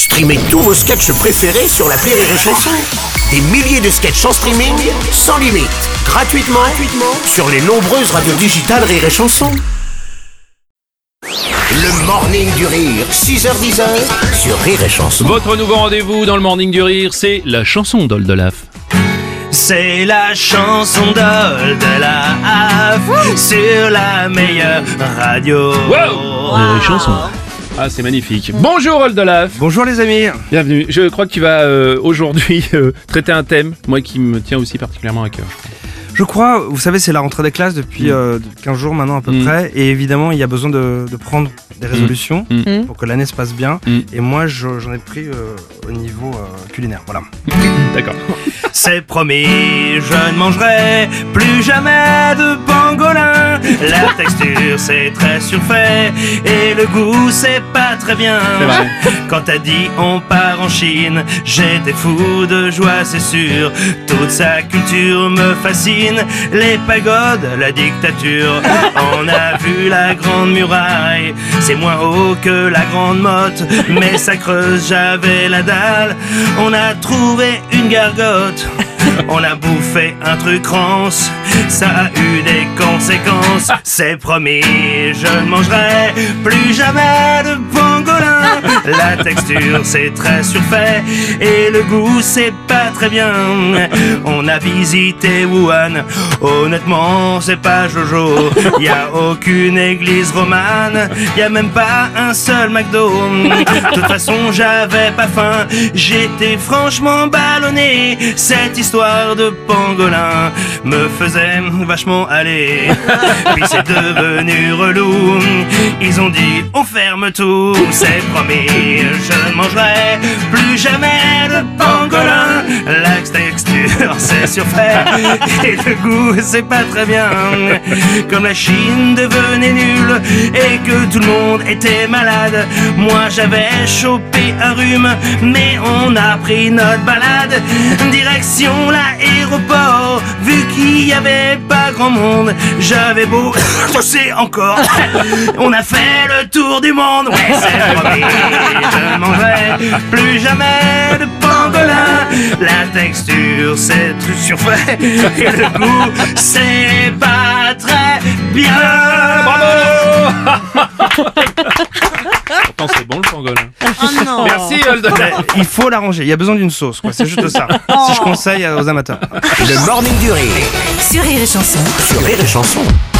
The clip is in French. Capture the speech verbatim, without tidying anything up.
Streamez tous vos sketchs préférés sur l'appli Rire et Chanson. Des milliers de sketchs en streaming, sans limite, gratuitement, gratuitement sur les nombreuses radios digitales Rire et Chanson. Le Morning du Rire, six heures dix sur Rire et Chanson. Votre nouveau rendez-vous dans le Morning du Rire, c'est la chanson d'Oldelaf. C'est la chanson d'Oldelaf sur la meilleure radio. Wow, Rire et Chanson. Ah, c'est magnifique. Bonjour Oldelaf. Bonjour les amis. Bienvenue. Je crois que tu vas euh, aujourd'hui euh, traiter un thème, moi qui me tient aussi particulièrement à cœur. Je crois, vous savez, c'est la rentrée des classes depuis mmh. euh, quinze jours maintenant à peu mmh. près. Et évidemment, il y a besoin de, de prendre des résolutions mmh. pour que l'année se passe bien. Mmh. Et moi, je, j'en ai pris euh, au niveau euh, culinaire. Voilà. D'accord. C'est promis, je ne mangerai plus jamais de pangolin. La texture, c'est très surfait. Et le goût, c'est pas très bien. C'est vrai. Quand t'as dit on part en Chine, j'étais fou de joie, c'est sûr. Toute sa culture me fascine. Les pagodes, la dictature. On a vu la grande muraille, c'est moins haut que la grande motte, mais ça creuse, j'avais la dalle. On a trouvé une gargote, on a bouffé un truc rance, ça a eu des conséquences. C'est promis, je ne mangerai plus jamais de pangolin. La texture c'est très surfait et le goût c'est pas très bien. On a visité Wuhan, honnêtement c'est pas Jojo. Y a aucune église romane, y a même pas un seul McDo. De toute façon j'avais pas faim, j'étais franchement ballonné. Cette histoire de pangolin me faisait vachement aller. Puis c'est devenu relou, ils ont dit on ferme tout. C'est promis, je ne mangerai plus jamais de pangolin. La texture c'est surfait et le goût c'est pas très bien. Comme la Chine devenait nulle et que tout le monde était malade, moi j'avais chopé un rhume, mais on a pris notre balade direction l'aéroport. Vu qu'il y avait pas grand monde, j'avais beau tosser encore, on a fait le tour du monde. Ouais, c'est promis, je ne mangerai plus jamais de pangolin. La texture c'est tout surfait et le goût c'est pas très bien. Bravo. Pourtant c'est bon le pangolin. Oh non. Merci Oldelaf. Il faut l'arranger, il y a besoin d'une sauce quoi, c'est juste ça. Si je conseille aux amateurs. Le Morning du Rire Sur Rire et Chanson. sur Rire et Chanson.